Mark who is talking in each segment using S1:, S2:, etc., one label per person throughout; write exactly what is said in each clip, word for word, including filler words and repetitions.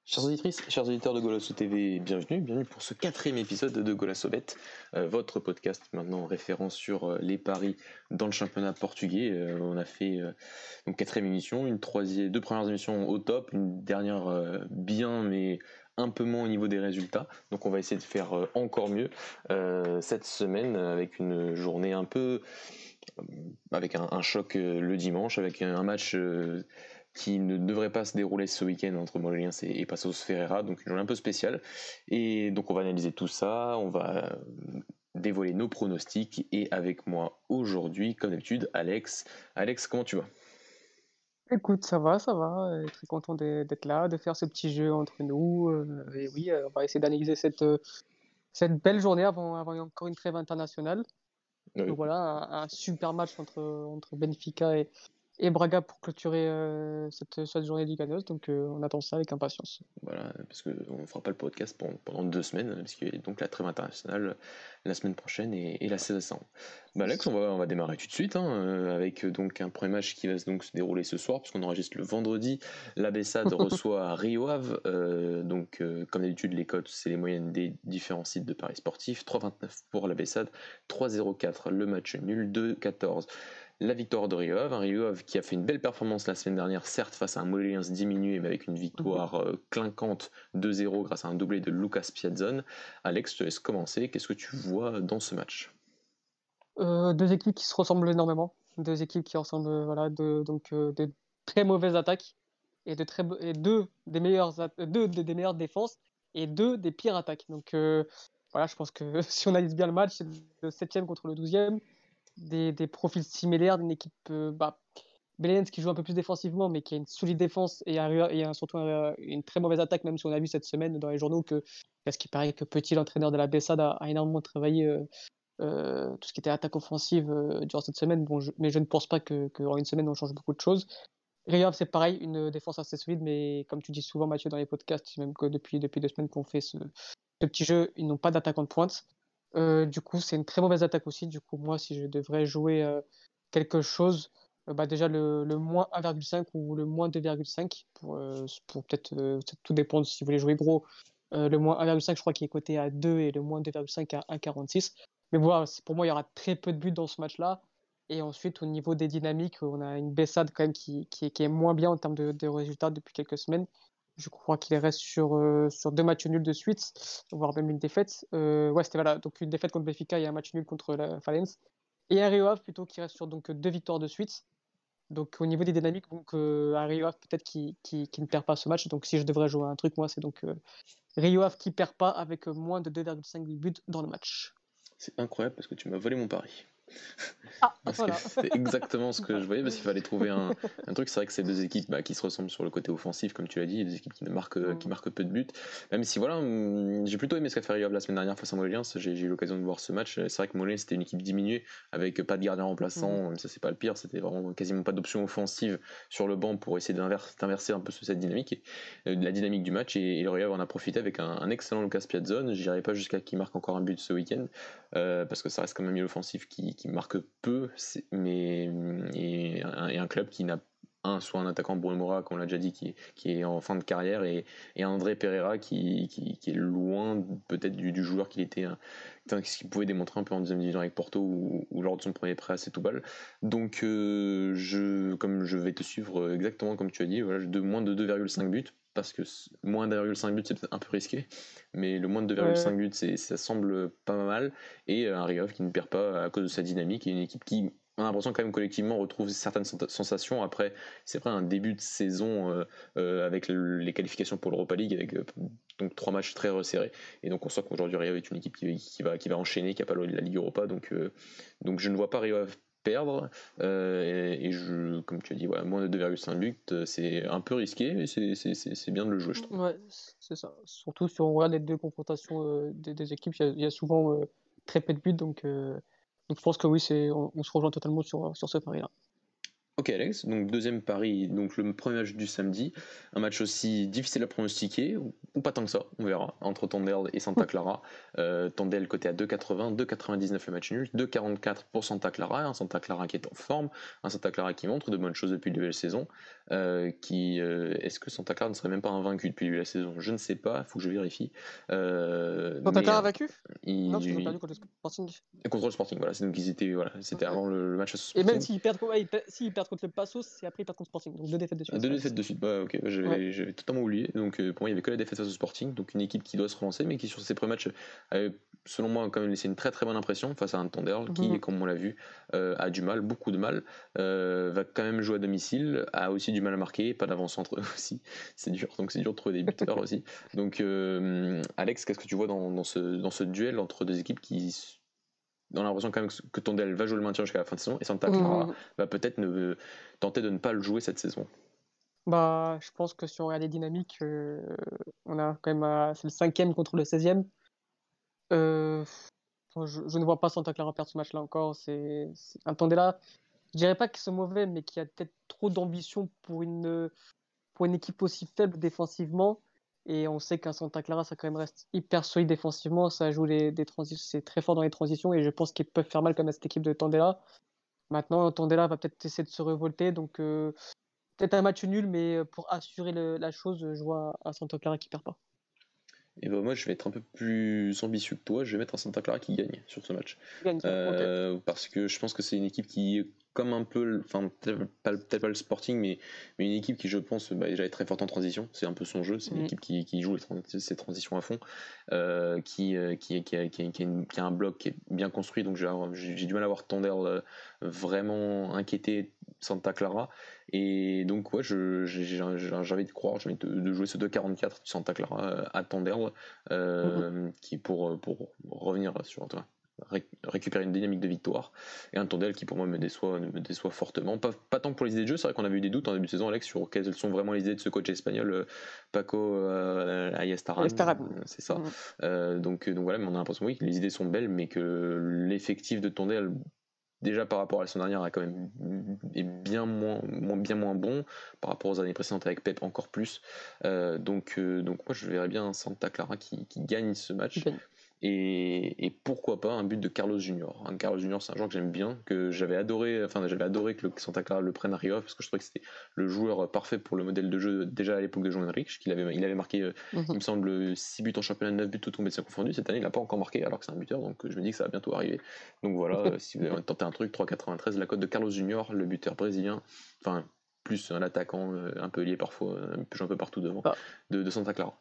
S1: Chères auditrices, chers auditeurs de Golasso T V, bienvenue, bienvenue pour ce quatrième épisode de Golasso Bet, euh, votre podcast maintenant référent sur euh, les paris dans le championnat portugais. Euh, on a fait euh, donc quatrième émission, une troisième, deux premières émissions au top, une dernière euh, bien mais un peu moins au niveau des résultats. Donc on va essayer de faire euh, encore mieux euh, cette semaine avec une journée un peu avec un, un choc euh, le dimanche, avec un, un match euh, qui ne devrait pas se dérouler ce week-end entre Moreirense et, et Passos Ferreira, donc une journée un peu spéciale. Et donc on va analyser tout ça, on va euh, dévoiler nos pronostics, et avec moi aujourd'hui, comme d'habitude, Alex. Alex, comment tu vas?
S2: Écoute, ça va, ça va. euh, Très content de- d'être là, de faire ce petit jeu entre nous. euh, et oui, euh, on va essayer d'analyser cette, euh, cette belle journée avant, avant encore une trêve internationale.
S1: Euh,
S2: Donc voilà, un, un super match entre, entre Benfica et, et Braga pour clôturer euh, cette, cette journée liganeuse. Donc euh, on attend ça avec impatience.
S1: Voilà, parce qu'on ne fera pas le podcast pendant, pendant deux semaines, parce qu'il y a donc la trêve internationale la semaine prochaine et, et la saison. Bah Alex, on va, on va démarrer tout de suite, hein, euh, avec euh, donc un premier match qui va donc se dérouler ce soir, puisqu'on enregistre le vendredi. La Bessade reçoit Rio Ave, euh, donc euh, comme d'habitude les cotes, c'est les moyennes des différents sites de paris sportifs. trois virgule vingt-neuf pour la Bessade, trois virgule zéro quatre le match nul, deux virgule quatorze la victoire de Rio Ave, un Rio Ave qui a fait une belle performance la semaine dernière, certes face à un Moreirense diminué, mais avec une
S2: Mhm.
S1: victoire euh, clinquante deux zéro grâce à un doublé de Lucas Piazzon. Alex, je te laisse commencer. Qu'est-ce que tu vois dans ce match?
S2: Euh, deux équipes qui se ressemblent énormément. Deux équipes qui ressemblent, euh, voilà, de, donc euh, de très mauvaises attaques et de très et deux des meilleures at- deux des, des meilleures défenses et deux des pires attaques. Donc euh, voilà, je pense que si on analyse bien le match, c'est le septième contre le douzième, des, des profils similaires d'une équipe euh, bah, Belenenses qui joue un peu plus défensivement, mais qui a une solide défense et, un, et un, surtout un, une très mauvaise attaque, même si on a vu cette semaine dans les journaux que, parce qu'il paraît que Petit, l'entraîneur de la Bessade, a, a énormément travaillé euh, euh, tout ce qui était attaque offensive euh, durant cette semaine. Bon, je, mais je ne pense pas que, que en une semaine on change beaucoup de choses. Rio c'est pareil, une défense assez solide, mais comme tu dis souvent Mathieu dans les podcasts, même que depuis, depuis deux semaines qu'on fait ce, ce petit jeu, ils n'ont pas d'attaquant de pointe. Euh, du coup, c'est une très mauvaise attaque aussi. Du coup, moi, si je devrais jouer euh, quelque chose, euh, bah déjà le, le moins un virgule cinq ou le moins deux virgule cinq pour, euh, pour peut-être, euh, ça tout dépend si vous voulez jouer gros. Euh, le moins un virgule cinq, je crois qu'il est coté à deux et le moins deux virgule cinq à un virgule quarante-six. Mais voilà, c'est- pour moi, il y aura très peu de buts dans ce match-là. Et ensuite, au niveau des dynamiques, on a une Bessade quand même qui, qui, est, qui est moins bien en termes de, de résultats depuis quelques semaines. Je crois qu'il reste sur, euh, sur deux matchs nuls de suite, voire même une défaite. Euh, ouais, c'était voilà, donc une défaite contre Benfica et un match nul contre la Valence. Et un Rio Ave plutôt qui reste sur donc deux victoires de suite. Donc au niveau des dynamiques, donc euh, un Rio Ave peut-être qui, qui, qui ne perd pas ce match. Donc si je devrais jouer un truc, moi, c'est donc euh, Rio Ave qui perd pas avec euh, moins de deux virgule cinq buts dans le match.
S1: C'est incroyable parce que tu m'as volé mon pari.
S2: Ah,
S1: Parce que
S2: voilà.
S1: c'était exactement ce que je voyais, parce qu'il fallait trouver un, un truc. C'est vrai que ces deux équipes bah, qui se ressemblent sur le côté offensif, comme tu l'as dit, des équipes qui, ne marquent, qui
S2: Mm.
S1: marquent peu de buts. Même si, voilà, hum, j'ai plutôt aimé ce qu'a fait Rio la semaine dernière face à Moreirense. J'ai, j'ai eu l'occasion de voir ce match. C'est vrai que Moreirense c'était une équipe diminuée, avec pas de gardien
S2: Mm.
S1: remplaçant. Ça, c'est pas le pire. C'était vraiment quasiment pas d'option offensive sur le banc pour essayer d'inverser, d'inverser un peu cette dynamique, et, euh, la dynamique du match. Et, et le Rio en a profité avec un, un excellent Lucas Piazzon. J'irai pas jusqu'à qu'il marque encore un but ce week-end, euh, parce que ça reste quand même un milieu offensif qui, qui marque peu, mais et un, et un club qui n'a un soit un attaquant Bruno Moura, comme on l'a déjà dit, qui, qui est en fin de carrière, et, et un André Pereira qui, qui, qui est loin peut-être du, du joueur qu'il était, hein, ce qu'il pouvait démontrer un peu en deuxième division avec Porto ou, ou lors de son premier prêt à Setúbal. Donc euh, je, comme je vais te suivre exactement comme tu as dit, voilà, de moins de deux virgule cinq buts, parce que moins de deux virgule cinq buts c'est peut-être un peu risqué, mais le moins de deux virgule cinq
S2: Ouais.
S1: buts c'est, ça semble pas mal, et un Rio qui ne perd pas à cause de sa dynamique, et une équipe qui, on a l'impression quand même collectivement retrouve certaines sensations après, c'est vrai, un début de saison euh, euh, avec le, les qualifications pour l'Europa League, avec euh, donc trois matchs très resserrés, et donc on sent qu'aujourd'hui Rio est une équipe qui, qui, va, qui va enchaîner, qui n'a pas la Ligue Europa, donc, euh, donc je ne vois pas Rio perdre, euh, et, et je, comme tu as dit, voilà, moins de deux virgule cinq buts, c'est un peu risqué, mais c'est, c'est, c'est, c'est bien de le jouer, je trouve.
S2: Ouais, c'est ça. Surtout si on regarde les deux confrontations euh, des, des équipes, il y a, il y a souvent euh, très peu de buts. Donc, euh, donc je pense que oui, c'est, on, on se rejoint totalement sur, sur ce pari-là.
S1: Ok Alex, donc deuxième pari, donc le premier match du samedi, un match aussi difficile à pronostiquer, ou, ou pas tant que ça, on verra, entre Tondel et Santa Clara. Euh, Tondel côté à deux quatre-vingts, deux quatre-vingt-dix-neuf le match nul, deux quarante-quatre pour Santa Clara, un Santa Clara qui est en forme, un Santa Clara qui montre de bonnes choses depuis le début de la saison. Euh, qui, euh, est-ce que Santa Clara ne serait même pas invaincu depuis le début de la saison? Je ne sais pas, il faut que je vérifie. Euh,
S2: Santa
S1: mais
S2: Clara
S1: euh,
S2: a vaincu? Non, parce qu'ils ont
S1: il,
S2: perdu contre le Sporting.
S1: contre le Sporting, voilà, c'est donc ils étaient, voilà, c'était
S2: Ouais.
S1: avant le, le match à ce
S2: Et même
S1: Sporting.
S2: s'ils perdent, ouais, ils per- s'ils perdent contre le Passos, c'est après ils perdent contre le Sporting. Donc deux défaites de
S1: Ah,
S2: suite.
S1: deux
S2: Ouais,
S1: défaites
S2: c'est
S1: de suite, bah ok, bah,
S2: ça. Ouais.
S1: j'avais, j'avais totalement oublié. Donc euh, pour moi, il n'y avait que la défaite face au Sporting, donc une équipe qui doit se relancer, mais qui sur ses premiers matchs, avait, selon moi, quand même laissé une très très bonne impression face à un Tondel qui,
S2: Mhm.
S1: comme on l'a vu, euh, a du mal, beaucoup de mal, euh, va quand même jouer à domicile, a aussi du mal à marquer, pas d'avant-centre aussi, c'est dur, donc c'est dur de trouver des buteurs aussi. Donc euh, Alex, qu'est-ce que tu vois dans, dans, ce, dans ce duel entre deux équipes qui on a l'impression quand même que Tondel va jouer le maintien jusqu'à la fin de saison et Santa Clara
S2: Mhm.
S1: va peut-être ne, tenter de ne pas le jouer cette saison.
S2: Bah, je pense que si on regarde les dynamiques, euh, on a quand même à- c'est le cinquième contre le seizième. Euh, enfin, je, je ne vois pas Santa Clara perdre ce match-là encore. C'est c'est un Tondela, je dirais pas qu'ils sont mauvais, mais qui a peut-être trop d'ambition pour une, pour une équipe aussi faible défensivement. Et on sait qu'un Santa Clara, ça quand même reste hyper solide défensivement. Ça joue les, des transitions, c'est très fort dans les transitions. Et je pense qu'ils peuvent faire mal comme à cette équipe de Tondela. Maintenant, Tondela va peut-être essayer de se révolter. Donc, euh, peut-être un match nul, mais pour assurer le- la chose, je vois un Santa Clara qui perd pas.
S1: Et ben moi, je vais être un peu plus ambitieux que toi. Je vais mettre un Santa Clara qui gagne sur ce match.
S2: Qui gagne ça, ok.
S1: Euh, parce que je pense que c'est une équipe qui, comme un peu, enfin, peut-être pas, peut-être pas le Sporting, mais, mais une équipe qui, je pense, bah, déjà est très forte en transition. C'est un peu son jeu. C'est une
S2: Mhm.
S1: équipe qui, qui joue les tran- ses transitions à fond, euh, qui, euh, qui, qui, a, qui, a, qui a une- qui a un bloc qui est bien construit. Donc j'ai j'ai- j'ai du mal à voir Tondel euh, vraiment inquiéter Santa Clara. Et donc, ouais, je- j'ai j'ai- j'ai envie de croire, j'ai envie de, de jouer ce deux quarante-quatre du Santa Clara euh, à Tondel,
S2: Mhm.
S1: euh, qui pour, pour revenir sur, enfin, ré- récupérer une dynamique de victoire. Et un Tondel qui, pour moi, me déçoit, me déçoit fortement. Pas, pas tant que pour les idées de jeu, c'est vrai qu'on avait eu des doutes en début de saison, Alex, sur quelles sont vraiment les idées de ce coach espagnol, euh, Paco euh, Ayestaran,
S2: Et Starad.
S1: euh, c'est ça.
S2: Mhm.
S1: Euh, donc, donc voilà, mais on a l'impression, oui, que les idées sont belles, mais que l'effectif de Tondel déjà par rapport à la saison dernière est quand même est bien moins, moins bien moins bon par rapport aux années précédentes avec Pep encore plus. Euh, donc euh, donc moi je verrais bien Santa Clara qui, qui gagne ce
S2: Qui
S1: match.
S2: gagne.
S1: Et, et pourquoi pas un but de Carlos Junior. Un Carlos Junior, c'est un joueur que j'aime bien, que j'avais adoré, enfin j'avais adoré que le que Santa Clara le prenne à Rio parce que je trouvais que c'était le joueur parfait pour le modèle de jeu déjà à l'époque de João Henrique, qu'il avait, il avait marqué, euh, il
S2: Mhm.
S1: me semble, six buts en championnat, neuf buts tout compétition confondue. Cette année, il n'a pas encore marqué alors que c'est un buteur, donc je me dis que ça va bientôt arriver. Donc voilà, euh, si vous avez tenté un truc, trois quatre-vingt-treize, la cote de Carlos Junior, le buteur brésilien, enfin plus un attaquant euh, un peu lié parfois, un peu, un peu partout devant,
S2: Ah,
S1: de, de Santa Clara.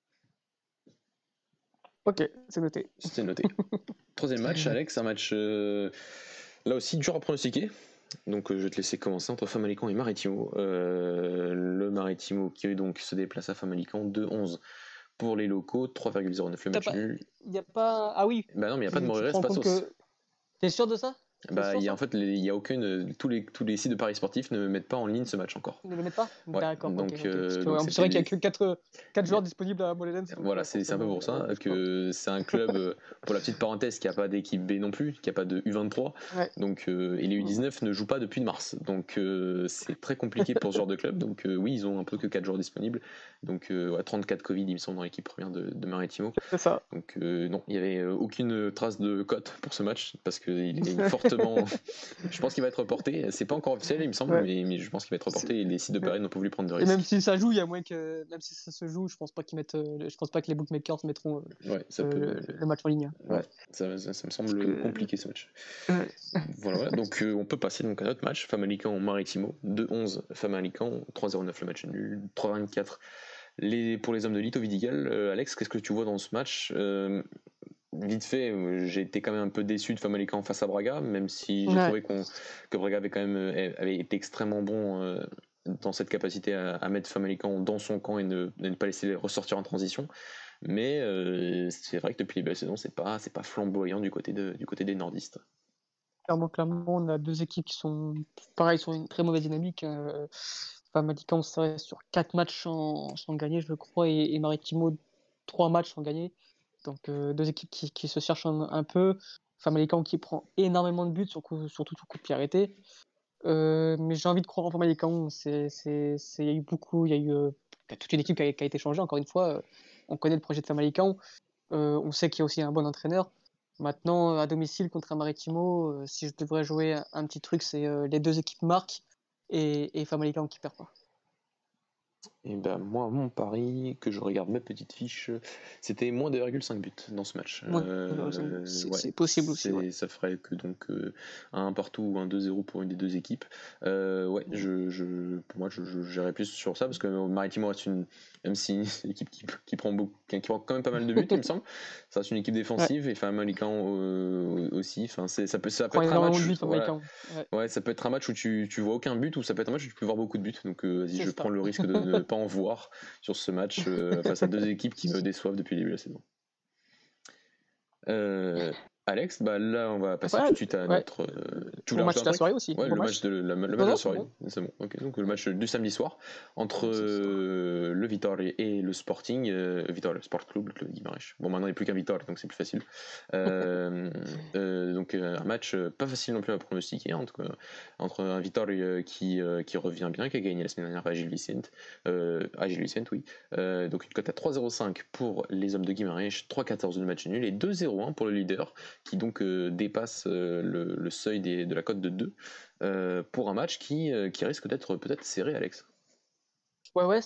S2: ok, c'est noté.
S1: C'est noté. Troisième match, Alex, un match euh, là aussi dur à pronostiquer. Donc euh, je vais te laisser commencer entre Famalicão et Maritimo. Euh, le Maritimo qui donc se déplace à Famalicão, deux onze pour les locaux, trois virgule zéro neuf le
S2: T'as
S1: match
S2: pas,
S1: nul.
S2: y a pas. Ah oui,
S1: Bah non, mais il n'y a pas de
S2: tu, tu
S1: Moreira
S2: prends en compte
S1: Passos.
S2: que. T'es sûr de ça? T'es
S1: Bah,
S2: sûr
S1: il y a, en
S2: ça?
S1: fait, il y a aucune, tous les, tous les sites de paris sportifs ne mettent pas en ligne ce match encore.
S2: Ils ne le mettent pas?
S1: Ouais,
S2: D'accord, ok,
S1: donc
S2: ok. Parce
S1: euh,
S2: que
S1: donc
S2: ouais, c'est vrai qu'il
S1: c'était
S2: n'y a que quatre joueurs disponibles à Molédens, donc
S1: voilà,
S2: ouais,
S1: c'est c'est un peu
S2: forcément,
S1: pour
S2: euh,
S1: ça
S2: je crois.
S1: que c'est un club, euh, pour la petite parenthèse, qui n'a pas d'équipe B non plus, qui n'a pas de U vingt-trois.
S2: Ouais.
S1: Donc, euh, et les
S2: Mhm.
S1: U dix-neuf ne jouent pas depuis mars. Donc euh, c'est très compliqué pour ce genre de club. Donc euh, oui, ils ont un peu que quatre joueurs disponibles. Donc euh, ouais, trente-quatre Covid, il me semble, dans l'équipe première de, de Maritimo.
S2: C'est ça.
S1: Donc euh, non, il n'y avait euh, aucune trace de cote pour ce match parce qu'il est fortement. Je pense qu'il va être reporté. C'est pas encore officiel, il me semble,
S2: Ouais.
S1: mais, mais je pense qu'il va être
S2: C'est-
S1: reporté et les sites de
S2: ouais.
S1: paris n'ont pas voulu prendre de
S2: Et même
S1: risques.
S2: si ça joue, il y a moins que. Même si ça se joue, je pense pas qu'ils mettent. euh, Je pense pas que les bookmakers mettront euh,
S1: Ouais, ça peut.
S2: euh, le match en ligne.
S1: Ouais,
S2: Ouais.
S1: ça, ça- ça me
S2: Parce
S1: semble
S2: que.
S1: compliqué ce match.
S2: Ouais.
S1: Voilà, voilà. Donc euh, on peut passer donc à notre match, Famalicão Maritimo, deux onze Famalicão, trois zéro neuf le match nul, trois vingt-quatre les, pour les hommes de Lito Vidigal. Euh, Alex, qu'est-ce que tu vois dans ce match? Euh, Vite fait, euh, j'ai été quand même un peu déçu de Famalicão face à Braga, même si j'ai
S2: Ouais.
S1: trouvé qu'on, que Braga avait quand même euh, avait été extrêmement bon euh, dans cette capacité à, à mettre Famalicão dans son camp et ne, et ne pas laisser les ressortir en transition. Mais euh, c'est vrai que depuis le début de la saison, c'est pas, c'est pas flamboyant du côté, de, du côté des nordistes.
S2: Clairement, clairement, on a deux équipes qui sont, pareil, sur une très mauvaise dynamique. Euh, Famalicão serait sur quatre matchs sans, sans gagner, je crois, et, et Maritimo, trois matchs sans gagner. Donc, euh, deux équipes qui, qui se cherchent un, un peu. Famalicão qui prend énormément de buts, surtout, surtout tout coup de pied arrêté. Euh, mais j'ai envie de croire en Famalicão. C'est, c'est, c'est, il y a eu beaucoup, il y a eu euh, il y a toute une équipe qui a, qui a été changée. Encore une fois, euh, on connaît le projet de Famalicão. Euh, on sait qu'il y a aussi un bon entraîneur. Maintenant, à domicile contre un Maritimo, euh, si je devrais jouer un, un petit truc, c'est euh, les deux équipes marquent et, et Famalicão qui perd pas.
S1: Et ben moi, mon pari, que je regarde ma petite fiche, c'était moins deux virgule cinq buts dans ce match.
S2: Ouais,
S1: Euh,
S2: c'est,
S1: ouais,
S2: c'est possible aussi.
S1: c'est-
S2: Ouais.
S1: ça ferait que donc euh, un partout ou un deux zéro pour une des deux équipes. Euh, ouais, je, je, pour moi, je, je gérerais plus sur ça parce que Maritimo reste une, même si c'est une équipe qui, qui prend beaucoup, qui prend quand même pas mal de buts, il me semble. Ça reste une équipe défensive
S2: Ouais.
S1: et Famalicão euh, aussi. Enfin, c'est, ça peut, ça peut
S2: Prend
S1: être un
S2: énormément de
S1: match.
S2: buts,
S1: Voilà.
S2: Famalicão. Ouais,
S1: Ouais, ça peut être un match où tu, tu vois aucun but ou ça peut être un match où tu peux voir beaucoup de buts. Donc euh, vas-y,
S2: c'est
S1: je
S2: ça.
S1: prends le risque de ne pas en voir sur ce match euh, face à deux équipes qui me déçoivent depuis le début de la saison. Euh, Alex, bah là on va passer tout
S2: Ouais,
S1: de suite à
S2: ouais.
S1: notre. Euh, tu
S2: Mon
S1: voulais
S2: match
S1: rajouter
S2: de
S1: un
S2: la
S1: truc?
S2: soirée aussi.
S1: Ouais,
S2: Mon
S1: le match
S2: match.
S1: de la, le match
S2: Non,
S1: de la
S2: non, c'est
S1: soirée,
S2: bon.
S1: c'est bon. Ok, donc le match du samedi soir entre
S2: Ouais, c'est ça.
S1: euh, le Vitória et le Sporting, euh, Vitória Sport Club, le club de Guimarães. Bon, maintenant il n'y a plus qu'un Vitória, donc c'est plus facile. Euh, euh, donc euh, un match euh, pas facile non plus à pronostiquer, hein, entre, entre un Vitória qui, euh, qui revient bien, qui a gagné la semaine dernière à Gil Vicente, euh, à Gil Vicente, oui. Euh, donc une cote à trois zéro cinq pour les hommes de Guimarães, trois quatorze de match nul et deux zéro un pour le leader qui donc euh, dépasse euh, le, le seuil des, de la cote de deux euh, pour un match qui, euh, qui risque d'être peut-être serré, Alex.
S2: Ouais, ouais,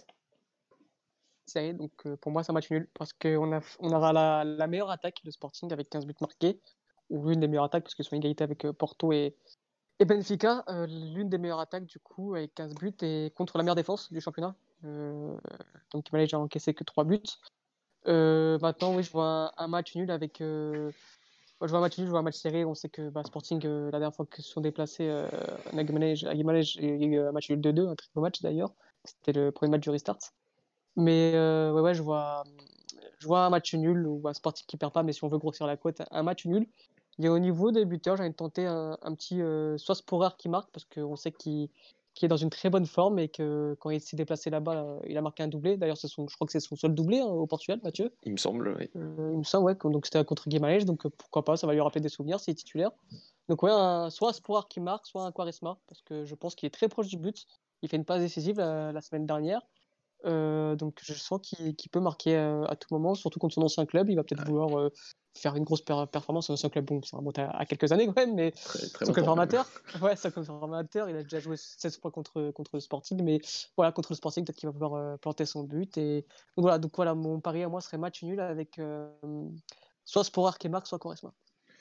S2: c'est donc euh, pour moi c'est un match nul parce qu'on a, on aura la, la meilleure attaque de Sporting avec quinze buts marqués, ou l'une des meilleures attaques parce qu'ils sont en égalité avec euh, Porto et, et Benfica, euh, l'une des meilleures attaques du coup avec quinze buts et contre la meilleure défense du championnat. Euh, donc il a encaissé que trois buts. Euh, maintenant oui je vois un, un match nul avec euh, moi, je vois un match nul, je vois un match serré. On sait que bah, Sporting, euh, la dernière fois qu'ils se sont déplacés euh, à Guimarães, à Guimarães, il y a eu un match nul deux deux, un très beau match d'ailleurs. C'était le premier match du restart. Mais euh, ouais, ouais, je vois, je vois un match nul ou un Sporting qui perd pas, mais si on veut grossir la cote, un match nul. Et au niveau des buteurs, j'ai envie de tenter un, un petit euh, soit Sporar qui marque, parce qu'on sait qu'il qu'il est dans une très bonne forme et que quand il s'est déplacé là-bas, euh, il a marqué un doublé. D'ailleurs, c'est son, je crois que c'est son seul doublé hein, au Portugal, Mathieu.
S1: Il me semble, oui.
S2: Euh, il me semble, ouais, que- donc c'était contre Guimarães, donc euh, pourquoi pas, ça va lui rappeler des souvenirs s'il est titulaire. Donc ouais, un- soit un Sporar qui marque, soit un Quaresma, parce que je pense qu'il est très proche du but. Il fait une passe décisive la, la semaine dernière. Euh, donc je sens qu'il qu'il peut marquer euh, à tout moment, surtout contre son ancien club. Il va peut-être
S1: Ouais.
S2: vouloir euh, faire une grosse per- performance. Son ancien club, bon, ça remonte à, à quelques années quand même, mais
S1: Très, très
S2: son club
S1: longtemps même.
S2: formateur, ouais, son club formateur, il a déjà joué seize fois contre, contre le Sporting, mais voilà, contre le Sporting, peut-être qu'il va vouloir euh, planter son but. Et donc voilà, donc voilà, mon pari à moi serait match nul avec euh, soit Sporar qui marque, soit Quaresma.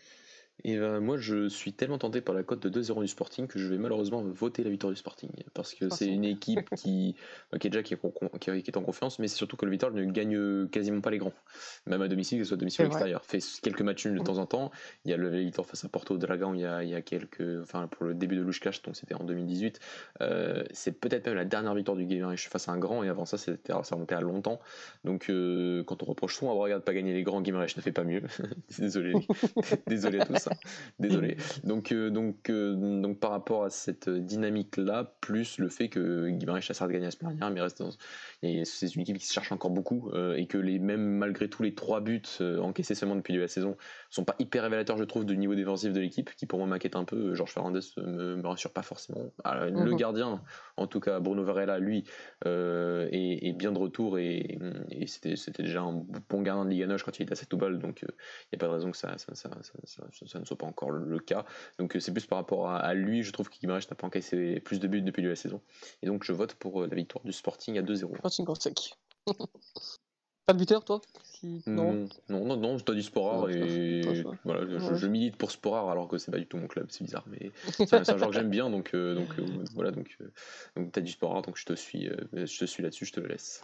S1: Et ben, moi, je suis tellement tenté par la cote de deux zéro du Sporting que je vais malheureusement voter la victoire du Sporting. Parce que c'est une équipe qui, qui est déjà qui est, qui est en confiance, mais c'est surtout que le Vitória ne gagne quasiment pas les grands. Même à domicile, que ce soit à domicile ou à l'extérieur. Fait quelques matchs nuls de temps en temps. Il y a le Vitória face à Porto Dragão il y a, il y a quelques. Enfin, pour le début de Lushkash, donc c'était en deux mille dix-huit. Euh, c'est peut-être même la dernière victoire du Guimarães face à un grand, et avant ça, c'était, ça remontait à longtemps. Donc, euh, quand on reproche souvent à Braga de ne pas gagner les grands, Guimarães ne fait pas mieux. Désolé. Désolé à tous. Désolé. Donc, euh, donc, euh, donc par rapport à cette dynamique-là, plus le fait que Guimarães a certes gagné la semaine dernière, mais reste dans, et c'est une équipe qui se cherche encore beaucoup euh, et que les même malgré tous les trois buts euh, encaissés seulement depuis le début de la saison sont pas hyper révélateurs, je trouve, du niveau défensif de l'équipe, qui pour moi m'inquiète un peu. Georges Fernandez me, me rassure pas forcément. Alors, mm-hmm. Le gardien, en tout cas Bruno Varela, lui, euh, est, est bien de retour et, et c'était, c'était déjà un bon gardien de Liga N O S quand il était à Setúbal, donc il euh, n'y a pas de raison que ça, ça, ça, ça, ça, ça, ça ne soit pas encore le cas. Donc c'est plus par rapport à, à lui, je trouve que Guimarães n'a pas encaissé plus de buts depuis le début de la saison. Et donc je vote pour la victoire du Sporting à deux zéro.
S2: Sporting en sec. Pas de buteur, toi si...
S1: Non, non, non, non, t'as dit Sporar
S2: non,
S1: et
S2: pas, pas,
S1: voilà,
S2: ouais.
S1: je, je milite pour Sporar alors que c'est pas du tout mon club, c'est bizarre, mais c'est un, c'est un joueur que j'aime bien, donc, euh, donc euh, voilà, donc, euh, donc t'as dit Sporar, donc je te suis, euh, je te suis là-dessus, je te le laisse.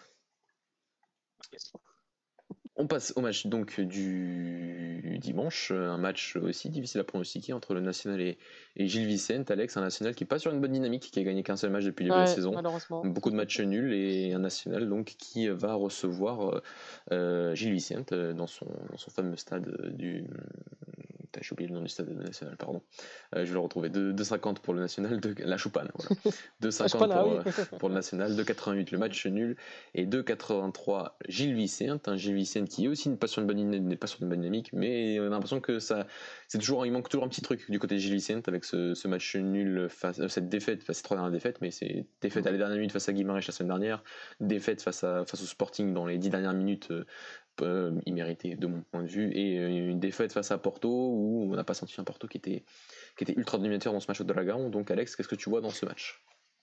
S1: On passe au match donc du dimanche, un match aussi difficile à pronostiquer entre le National et, et Gil Vicente. Alex, un National qui est pas sur une bonne dynamique, qui a gagné qu'un seul match depuis le début
S2: ouais,
S1: de la saison,
S2: malheureusement.
S1: beaucoup de matchs nuls, et un National donc qui va recevoir euh, Gil Vicente dans son, dans son fameux stade du putain, j'ai oublié le nom du stade national, pardon. Euh, je vais le retrouver. deux cinquante pour le national, de la Choupane. Voilà. deux cinquante pour, euh, pour le national, deux quatre-vingt-huit le match nul et deux quatre-vingt-trois Gilles Vicente. Un Gilles Vicente qui est aussi pas sur une bonne n'est pas sur une bonne dynamique, mais on a l'impression que ça, c'est toujours, il manque toujours un petit truc du côté de Gilles Vicente avec ce, ce match nul, face, euh, cette défaite, enfin, ces trois dernières défaites, mais c'est défaite à la dernière minute face à Guimarães la semaine dernière, défaite face, à, face au Sporting dans les dix dernières minutes. Euh, Euh, immérité de mon point de vue, et une défaite face à Porto où on n'a pas senti un Porto qui était, qui était ultra dominateur dans ce match au Dragão. Donc Alex, qu'est-ce que tu vois dans ce match?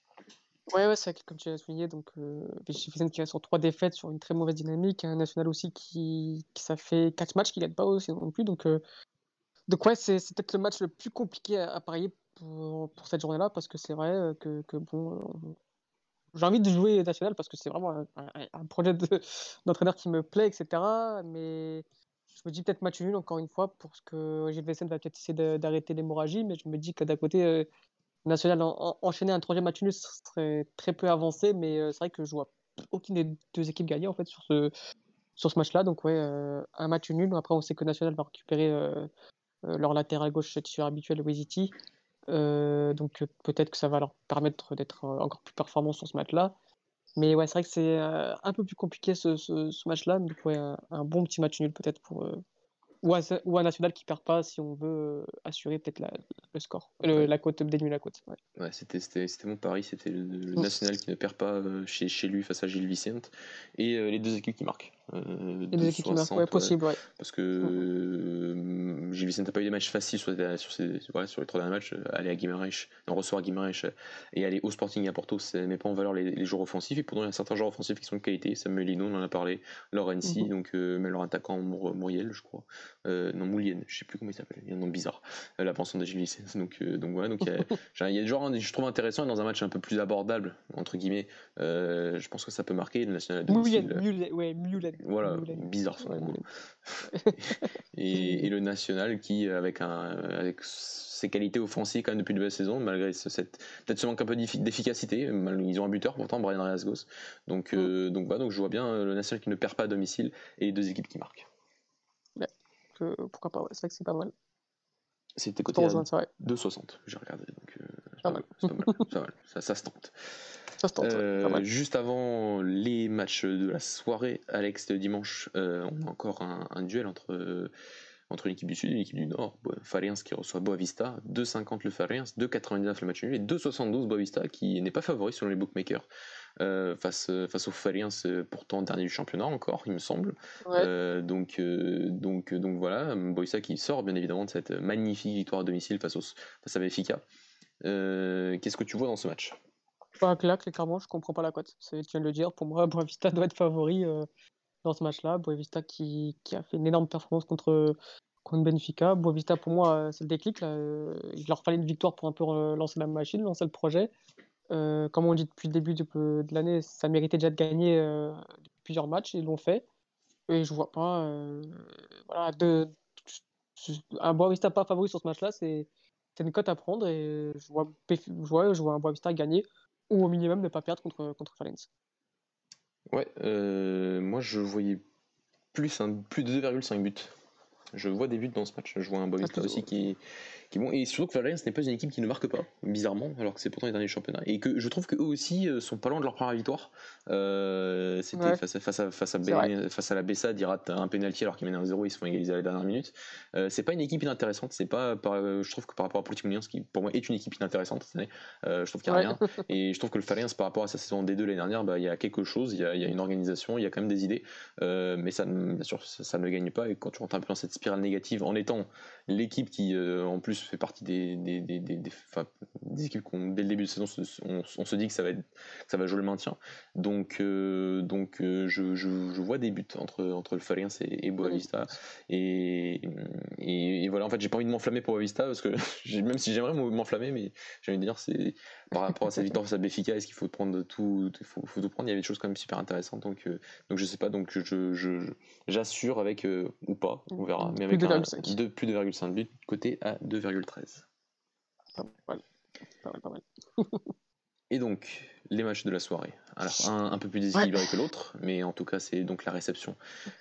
S2: Ouais, ouais, c'est comme tu l'as souligné, donc euh, Vichy Vicente qui reste sur trois défaites sur une très mauvaise dynamique, un national aussi qui, qui ça fait quatre matchs qu'il gagne pas aussi non plus, donc, euh, donc ouais, c'est, c'est peut-être le match le plus compliqué à, à parier pour, pour cette journée-là, parce que c'est vrai euh, que, que bon, euh, j'ai envie de jouer national parce que c'est vraiment un, un- un projet de- d'entraîneur qui me plaît, et cetera. Mais je me dis peut-être match nul encore une fois parce que Gilles Vicente va peut-être essayer de- d'arrêter l'hémorragie, mais je me dis que d'un côté, euh, national en- en- enchaîner un troisième match nul ce serait très peu avancé, mais euh, c'est vrai que je vois aucune des deux équipes gagner en fait sur ce, sur ce match-là. Donc ouais, euh, un match nul. Après, on sait que National va récupérer euh, euh, leur latéral gauche titulaire habituel, Weziti. Euh, donc euh, peut-être que ça va leur permettre d'être euh, encore plus performants sur ce match-là. Mais ouais, c'est vrai que c'est euh, un peu plus compliqué ce, ce, ce match-là. Donc ouais, un, un bon petit match nul peut-être pour euh, ou, un, ou un national qui perd pas si on veut euh, assurer peut-être la, le score, le,
S1: Ouais.
S2: la cote, diminuer la cote. Ouais.
S1: Ouais, c'était, c'était, c'était mon pari, c'était le, le national qui ne perd pas euh, chez, chez lui face à Gilles Vicente, et euh, les deux équipes qui marquent. Euh,
S2: Et des équipes qui marquent, ouais,
S1: deux soixante, ouais,
S2: possible, ouais.
S1: parce que
S2: Mm, mm.
S1: euh, Gilles Vicente n'a pas eu des matchs faciles sur, les- sur, ces, voilà, sur les trois derniers matchs. Aller à Guimarães, on reçoit à Guimarães, euh, et aller au Sporting et à Porto, ça ne met pas en valeur les, les joueurs offensifs, et pourtant il y a certains joueurs offensifs qui sont de qualité. Samuel Lino, on en a parlé, Lorenzi,
S2: Mhm.
S1: donc euh, mais leur attaquant Mour- Mouriel, je crois. Euh, non, Moulienne, je sais plus comment il s'appelle, il y a un nom bizarre. Euh, la pension de Gilles Vicente, donc, euh, donc voilà, donc il y a, genre, il y a des joueurs hein, je trouve intéressant dans un match un peu plus abordable entre guillemets. Euh, je pense que ça peut marquer le national à
S2: Moulen,
S1: domicile.
S2: Mulen, ouais, Mulen.
S1: Voilà,
S2: Mulen.
S1: bizarre son
S2: Ouais,
S1: nom.
S2: Mulen.
S1: Et, et le national qui, avec, un, avec ses qualités offensives quand même depuis le début de la saison, malgré ce, cette, peut-être ce manque un peu d'efficacité, ils ont un buteur pourtant, Brian Reyes-Gos. Donc,
S2: Mm.
S1: euh, donc, voilà, donc je vois bien le national qui ne perd pas à domicile et les deux équipes qui marquent.
S2: Ouais. Que- pourquoi pas, ouais, c'est vrai que c'est pas mal.
S1: C'était
S2: Je te
S1: coté à
S2: rejoins, c'est vrai.
S1: deux soixante, j'ai regardé, donc euh, c'est
S2: Pas
S1: pas,
S2: mal.
S1: c'est pas mal, c'est pas mal. Ça, ça se tente.
S2: Ça se tente, ouais, pas
S1: Euh,
S2: mal.
S1: juste avant les matchs de la soirée, Alex, de dimanche, euh, on a encore un, un duel entre, euh, entre une équipe du Sud et une équipe du Nord. Bo- Farense qui reçoit Boavista, deux cinquante le Farense, deux quatre-vingt-dix-neuf le match nul et deux soixante-douze Boavista qui n'est pas favori selon les bookmakers euh, face, face au Farense, pourtant dernier du championnat encore, il me semble.
S2: Ouais.
S1: Euh, donc, euh, donc, donc voilà, Boavista qui sort bien évidemment de cette magnifique victoire à domicile face, au, face à Benfica. Euh, Qu'est-ce que tu vois dans ce match?
S2: Pas clair, clairement, je comprends pas la cote. C'est, tu viens de le dire, pour moi, Boavista doit être favori euh, dans ce match-là. Boavista qui, qui a fait une énorme performance contre, contre Benfica. Boavista, pour moi, euh, c'est le déclic. Là. Euh, Il leur fallait une victoire pour un peu euh, lancer la machine, lancer le projet. Euh, comme on dit depuis le début de, de l'année, ça méritait déjà de gagner euh, plusieurs matchs, ils l'ont fait. Et je vois pas. Euh, voilà, de, un Boavista pas favori sur ce match-là, c'est c'est une cote à prendre. Et je vois, P- je vois, je vois un Boavista gagner ou au minimum ne pas perdre contre, contre Valence.
S1: Ouais, euh, moi je voyais plus, un, plus de deux virgule cinq buts. Je vois des buts dans ce match. Je vois un
S2: Ah,
S1: Boavista
S2: plus,
S1: aussi qui, qui est bon. Et surtout que Valence n'est pas une équipe qui ne marque pas, bizarrement, alors que c'est pourtant les derniers championnats. Et que je trouve qu'eux aussi euh, sont pas loin de leur première victoire. Euh, C'était
S2: ouais,
S1: face à, face, à, face, à
S2: c'est vrai.
S1: Ben- face à la Bessade, ils ratent un penalty alors qu'ils mènent un zéro, ils se font égaliser à la dernière minute. Euh, c'est pas une équipe inintéressante. C'est pas par- euh, je trouve que par rapport à Politique Moulins, qui pour moi est une équipe inintéressante cette année, euh, je trouve qu'il n'y a
S2: Ouais.
S1: rien. Et je trouve que le Valence par rapport à sa saison D deux l'année dernière, bah, il y a quelque chose, il y a, il y a une organisation, il y a quand même des idées. Euh, mais ça, bien sûr, ça, ça ne gagne pas. Et quand tu rentres un peu dans cette spirale négative, en étant l'équipe qui, euh, en plus, fait partie des, des, des, des, des, des équipes qu'on, dès le début de saison, on, on se dit que ça va, être, que ça va jouer le maintien. Donc, euh, donc euh, je, je, je vois des buts entre, entre le Farense et, et Boavista. Et, et, et voilà, en fait, j'ai pas envie de m'enflammer pour Boavista, parce que même si j'aimerais m'enflammer, mais j'ai envie de dire, c'est par rapport à cette victoire face à Benfica, est-ce qu'il faut prendre tout, il faut, faut tout prendre. Il y avait des choses quand même super intéressantes, donc, euh, donc je sais pas, donc je, je, j'assure avec euh, ou pas, on verra, mais
S2: Plus
S1: avec
S2: de
S1: un
S2: deux virgule cinq.
S1: de, plus de deux virgule cinq buts côté à deux virgule treize.
S2: Pas mal. Pas mal, pas mal.
S1: Et donc les matchs de la soirée. Alors un un peu plus déséquilibré ouais. que l'autre, mais en tout cas c'est donc la réception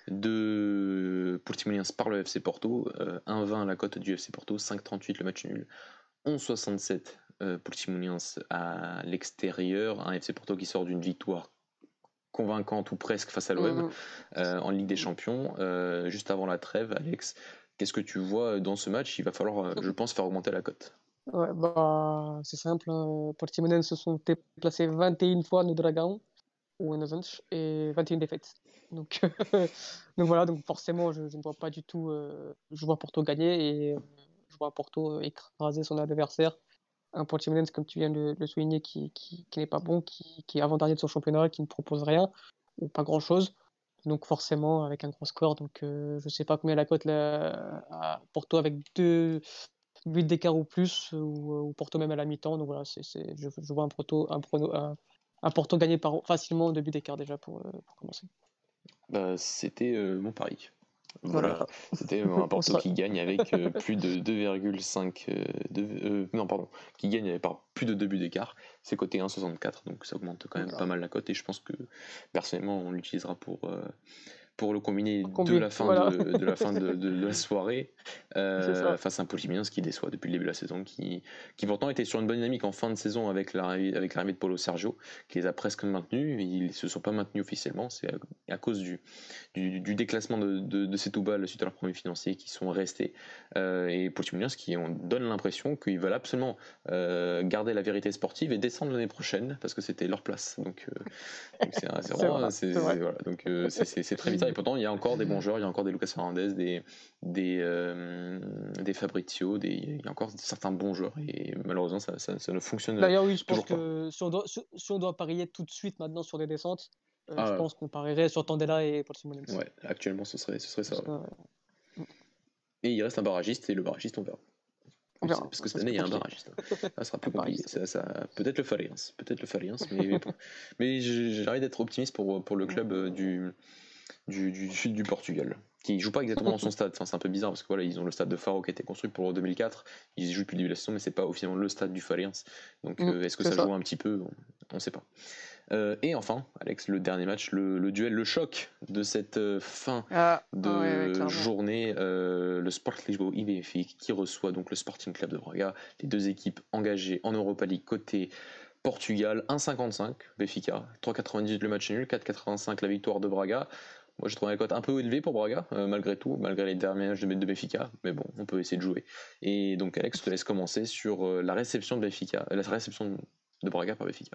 S1: de Portimonense par le F C Porto, euh, un vingt la cote du F C Porto, cinq trente-huit le match nul, onze soixante-sept euh, Portimonense à l'extérieur, un F C Porto qui sort d'une victoire convaincante ou presque face à l'O M mmh. euh, en Ligue des Champions, euh, juste avant la trêve. Alex, qu'est-ce que tu vois dans ce match? Il va falloir, je pense, faire augmenter la cote.
S2: Ouais, bah, c'est simple, hein. Portimonense se sont déplacés vingt et une fois no Dragão ou en Avanche et vingt et une défaites. Donc, donc voilà, donc forcément, je, je ne vois pas du tout. Euh, je vois Porto gagner et euh, je vois Porto écraser son adversaire. Un Portimonense, comme tu viens de le souligner, qui, qui, qui n'est pas bon, qui, qui est avant-dernier de son championnat, qui ne propose rien ou pas grand-chose. Donc forcément, avec un gros score. Donc euh, je ne sais pas combien la cote là, à Porto avec deux buts d'écart ou plus, ou, ou Porto même à la mi-temps. Donc voilà, c'est, c'est, je, je vois un, proto, un, prono, un, un Porto gagné par, facilement deux buts d'écart déjà pour, pour commencer.
S1: Bah, c'était euh, mon pari. Voilà, voilà. C'était un Porto sera... qui gagne avec euh, plus de deux virgule cinq euh, euh, non pardon, qui gagne par plus de deux buts d'écart. C'est coté un virgule soixante-quatre, donc ça augmente quand même voilà. pas mal la cote et je pense que personnellement on l'utilisera pour euh, pour le combiner de la fin, voilà. de, de, la, fin de, de, de la soirée euh, face à un Portimonense qui déçoit depuis le début de la saison, qui, qui pourtant était sur une bonne dynamique en fin de saison avec l'arrivée, avec l'arrivée de Paulo Sergio, qui les a presque maintenus. Ils ne se sont pas maintenus officiellement, c'est à, à cause du, du, du déclassement de, de, de Setúbal suite à leurs premiers financiers qui sont restés. Euh, et Portimonense qui on donne l'impression qu'ils veulent absolument euh, garder la vérité sportive et descendre l'année prochaine parce que c'était leur place. Donc, euh, donc c'est, c'est, vraiment, vrai, c'est, c'est, c'est, voilà, donc, euh, c'est, c'est, c'est très vite. Et pourtant, il y a encore des bons joueurs, il y a encore des Lucas Fernandez, des, des, euh, des Fabrizio, des, il y a encore certains bons joueurs. Et malheureusement, ça, ça, ça ne fonctionne pas.
S2: D'ailleurs, oui, je pense que si on, doit, si, si on doit parier tout de suite maintenant sur des descentes, euh, ah, je pense qu'on parierait sur Tondela et Portimonense.
S1: Ouais, actuellement, ce serait, ce serait ça. Ouais. Que... Et il reste un barragiste, et le barragiste, on verra.
S2: On verra.
S1: Parce que cette année, il y a un barragiste. Ça sera plus compliqué. Ça, ça, peut-être le Fariens, peut-être le Fariens, mais, mais j'ai envie d'être optimiste pour, pour le club du, du, du sud du Portugal, qui joue pas exactement dans son stade. Enfin, c'est un peu bizarre parce que voilà, ils ont le stade de Faro qui a été construit pour deux mille quatre. Ils y jouent depuis le début de la saison, mais c'est pas officiellement le stade du Fariens. Donc, mmh, euh, est-ce que ça, ça joue un petit peu? On ne sait pas. Euh, et enfin, Alex, le dernier match, le, le duel, le choc de cette euh, fin ah, de ouais, ouais, journée, euh, le Sport Lisboa I B F I qui reçoit donc le Sporting Club de Braga, les deux équipes engagées en Europa League côté Portugal, un virgule cinquante-cinq Benfica, trois virgule quatre-vingt-dix le match nul, quatre virgule quatre-vingt-cinq la victoire de Braga. Moi j'ai trouvé la cote un peu élevée pour Braga, euh, malgré tout, malgré les derniers matchs de, de Benfica, mais bon, on peut essayer de jouer. Et donc Alex, je te laisse commencer sur euh, la réception de Benfica, euh, la réception de Braga par Benfica.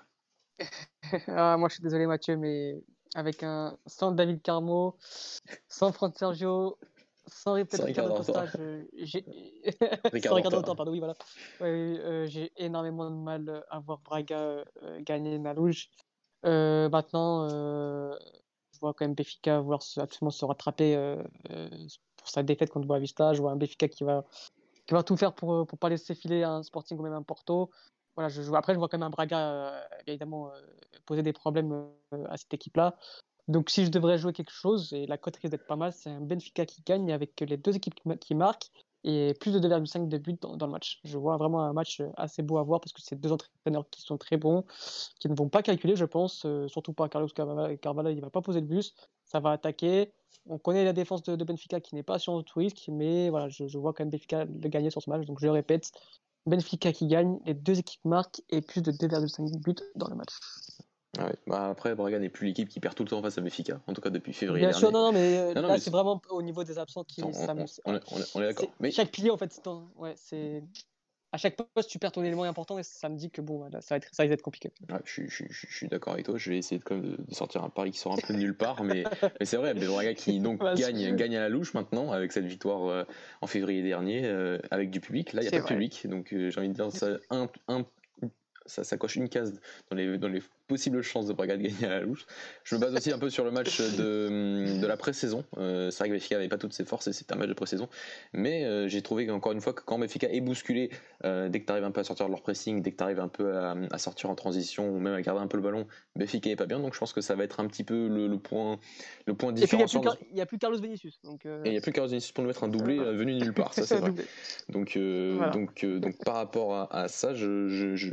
S2: Ah, moi je suis désolé Mathieu, mais avec un sans David Carmo, sans Franck Sergio, sans Ricardo Costa, je, j'ai... sans Ricardo Horta, pardon, oui voilà. Ouais, euh, j'ai énormément de mal à voir Braga euh, gagner Nalouge. Euh, maintenant, euh, je vois quand même Benfica vouloir se, absolument se rattraper euh, euh, pour sa défaite contre Boavista. Je vois un Benfica qui va, qui va tout faire pour pour pas laisser filer un Sporting ou même un Porto. Voilà, je, je, après, je vois quand même un Braga, euh, évidemment, euh, poser des problèmes euh, à cette équipe-là. Donc, si je devrais jouer quelque chose, et la cote risque d'être pas mal, c'est un Benfica qui gagne avec les deux équipes qui, qui marquent et plus de deux virgule cinq de buts dans, dans le match. Je vois vraiment un match assez beau à voir parce que c'est deux entraîneurs qui sont très bons, qui ne vont pas calculer, je pense, euh, surtout pas Carlos Carvalho, il ne va pas poser le bus, ça va attaquer. On connaît la défense de, de Benfica qui n'est pas sur tout risque, mais voilà, je, je vois quand même Benfica le gagner sur ce match, donc je le répète. Benfica qui gagne, les deux équipes marquent et plus de deux virgule cinq buts dans le match.
S1: Ah ouais. Bah après, Braga n'est plus l'équipe qui perd tout le temps face à Benfica, en tout cas depuis février
S2: Bien
S1: dernier.
S2: sûr, non, non, mais euh, non, non, là mais c'est, c'est vraiment au niveau des absents qui.
S1: On,
S2: ça
S1: on,
S2: me...
S1: on, est, on, est, on est d'accord. Mais...
S2: Chaque pilier, en fait, c'est, un... ouais, c'est. À chaque poste, tu perds ton élément important et ça me dit que bon, là, ça, va être, ça va être compliqué.
S1: Ouais, je, je, je, je suis d'accord avec toi. Je vais essayer de, comme de, de sortir un pari qui sort un peu de nulle part, mais, mais c'est vrai, Braga qui donc gagne, gagne à la louche maintenant avec cette victoire euh, en février dernier euh, avec du public. Là, il n'y a c'est pas vrai. de public, donc euh, j'ai envie de dire ça, un, un, ça, ça coche une case dans les, dans les possibles chances de Braga de gagner à la louche. Je me base aussi un peu sur le match de, de la pré-saison. Euh, c'est vrai que Benfica n'avait pas toutes ses forces et c'est un match de pré-saison. Mais euh, j'ai trouvé qu'encore une fois que quand Benfica est bousculé, euh, dès que tu arrives un peu à sortir de leur pressing, dès que tu arrives un peu à, à sortir en transition ou même à garder un peu le ballon, Benfica n'est pas bien. Donc je pense que ça va être un petit peu le, le point, le point différenciant.
S2: Et puis il n'y a, a plus Carlos Vinicius. Donc euh...
S1: Et il n'y a plus Carlos Vinicius pour nous mettre un doublé euh, venu nulle part. Ça c'est vrai. Donc, euh, voilà. donc, euh, donc par rapport à, à ça, je, je, je, je me dis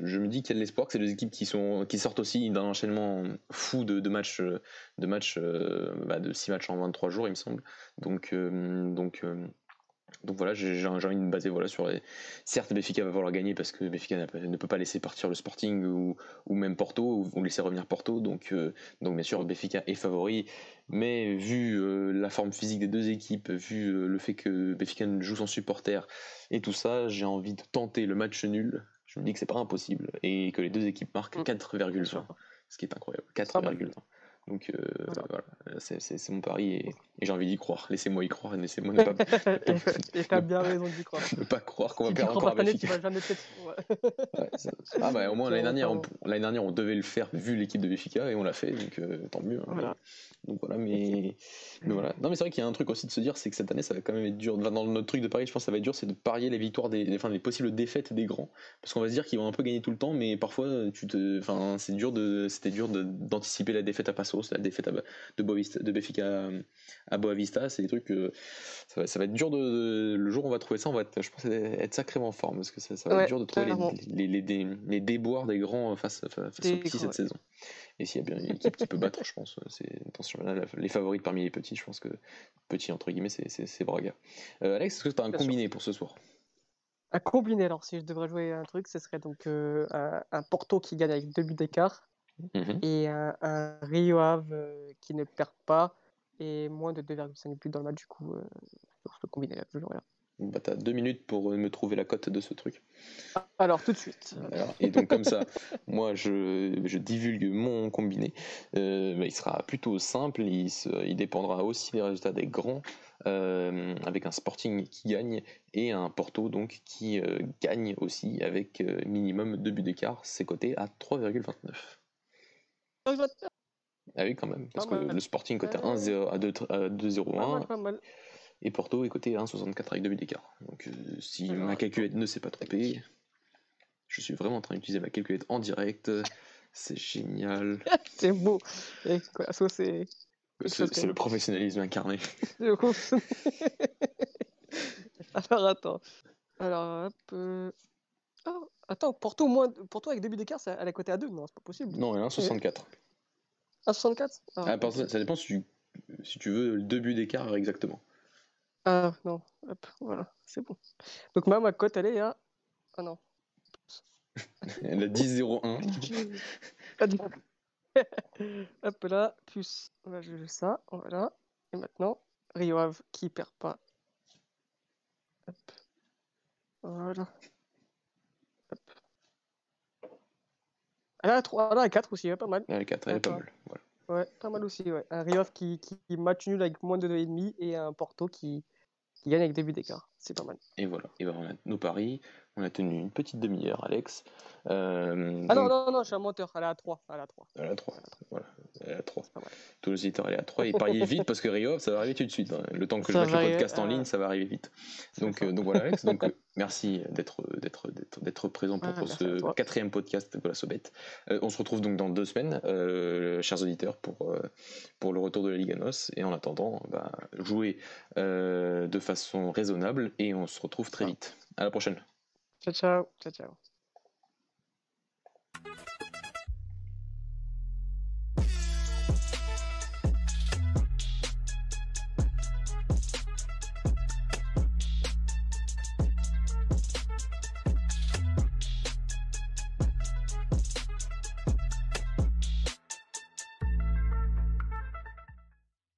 S1: équipes qui a de l'espoir, que c'est deux équipes qui, sont, qui sortent aussi d'un enchaînement fou de, de matchs, de, matchs euh, bah, de six matchs en vingt-trois jours, il me semble. Donc, euh, donc, euh, donc voilà, j'ai, j'ai envie de me baser voilà, sur les... Certes, Benfica va falloir gagner parce que Benfica ne peut pas laisser partir le Sporting ou, ou même Porto, ou, ou laisser revenir Porto. Donc, euh, donc bien sûr, Benfica est favori. Mais vu euh, la forme physique des deux équipes, vu euh, le fait que Benfica joue sans supporter et tout ça, j'ai envie de tenter le match nul. Je me dis que c'est pas impossible et que les deux équipes marquent
S2: Mm.
S1: quatre virgule vingt, ce qui est incroyable. quatre virgule vingt. Donc euh, voilà, voilà. C'est, c'est, c'est mon pari et, et j'ai envie d'y croire. Laissez-moi y croire et laissez-moi ne pas,
S2: et t'as bien raison d'y croire.
S1: ne pas croire qu'on va
S2: Si tu
S1: perdre
S2: crois
S1: encore
S2: pas
S1: à
S2: cette année, tu
S1: Benfica.
S2: vas jamais peut-être.
S1: Ouais, ça- ah bah au moins l'année dernière, on,
S2: Clairement.
S1: l'année dernière on devait le faire vu l'équipe de Benfica et on l'a fait, donc euh, tant mieux. hein,
S2: Voilà.
S1: mais- donc voilà, mais, mais voilà. Non mais c'est vrai qu'il y a un truc aussi de se dire, c'est que cette année ça va quand même être dur. Enfin, dans notre truc de Paris, je pense que ça va être dur, c'est de parier les victoires des, enfin les possibles défaites des grands, parce qu'on va se dire qu'ils vont un peu gagner tout le temps, mais parfois tu te, enfin c'est dur de, c'était dur de, d'anticiper la défaite à Passos, la défaite à, de Boavista, de Benfica à Boavista, c'est des trucs. Euh, ça, va, ça va être dur de, de, le jour où on va trouver ça, on va être, je pense être sacrément en forme parce que ça, ça va
S2: Ouais,
S1: être dur de trouver les,
S2: clairement.
S1: les, les, les, les déboires des grands face, face, face aux petits cette
S2: Ouais.
S1: saison. Et s'il y a bien une équipe qui peut battre, je pense, c'est attention, là, les favoris parmi les petits, je pense que petit entre guillemets, c'est, c'est, c'est Braga. Euh, Alex, est-ce que tu as un
S2: Bien
S1: combiné
S2: sûr.
S1: pour ce soir?
S2: À combiner, alors si je devrais jouer un truc, ce serait donc euh, un, un Porto qui gagne avec deux buts d'écart
S1: mm-hmm.
S2: et un, un Rio Ave euh, qui ne perd pas et moins de deux virgule cinq buts dans le match. Du coup, euh, je peux combiner là, toujours là.
S1: Bah, t'as deux minutes pour me trouver la cote de ce truc.
S2: Alors, tout de suite.
S1: Alors, et donc comme ça, moi je, je divulgue mon combiné. Euh, bah, il sera plutôt simple, il, se, il dépendra aussi des résultats des grands, euh, avec un Sporting qui gagne et un Porto donc qui euh, gagne aussi avec euh, minimum deux buts d'écart. C'est coté à trois virgule vingt-neuf. Ah oui quand même, parce que le Sporting coté à un zéro, à deux virgule zéro un.
S2: Pas mal, pas mal.
S1: Et Porto est coté à un virgule soixante-quatre avec deux buts d'écart. Donc euh, si Alors, ma calculette attends. ne s'est pas trompée, je suis vraiment en train d'utiliser ma calculette en direct. C'est génial.
S2: C'est beau. Et quoi, ça, c'est...
S1: C'est, c'est le professionnalisme incarné.
S2: Alors attends. Alors hop. Euh... Oh, attends, Porto, moins... Porto avec deux buts d'écart, elle est cotée à deux. Non, c'est pas possible.
S1: Non, elle est à un virgule soixante-quatre.
S2: un virgule soixante-quatre ah,
S1: ah, pardon, ça dépend si tu, si tu veux deux buts d'écart exactement.
S2: Ah non, hop, voilà, c'est bon. Donc moi, ma cote, elle est à... Ah non.
S1: Elle a dix zéro un.
S2: Hop là, plus, on va jouer ça, voilà. Et maintenant, Rio Ave qui perd pas. Hop. Voilà. Hop. Elle a trois, elle a quatre aussi, ouais, pas mal.
S1: Elle a quatre, elle est pas mal. Voilà.
S2: Ouais, pas mal aussi, ouais. Un Rio Ave qui, qui, qui match nul avec moins de deux virgule cinq et un Porto qui, qui gagne avec des buts d'écart. C'est pas mal.
S1: Et voilà, et ben on a nos paris. On a tenu une petite demi-heure, Alex. Euh,
S2: ah
S1: donc...
S2: non, non, non, je suis un menteur. Elle est à trois. Elle est à trois.
S1: Elle est à trois. Voilà, elle est à trois.
S2: Pas mal.
S1: Tous les auditeurs, elle est à trois. Et pariez vite parce que Rio, ça va arriver tout de suite. Hein. Le temps que
S2: ça
S1: je mette le podcast
S2: euh...
S1: en ligne, ça va arriver vite. Donc, euh, donc voilà, Alex. Donc, euh, merci d'être, d'être, d'être, d'être présent pour, ouais, pour ce quatrième podcast de Gola Sobet. Euh, on se retrouve donc dans deux semaines, euh, chers auditeurs, pour, euh, pour le retour de la Liga N O S. Et en attendant, bah, jouez euh, de façon raisonnable et on se retrouve très vite. À la prochaine.
S2: Ciao, ciao. Ciao, ciao.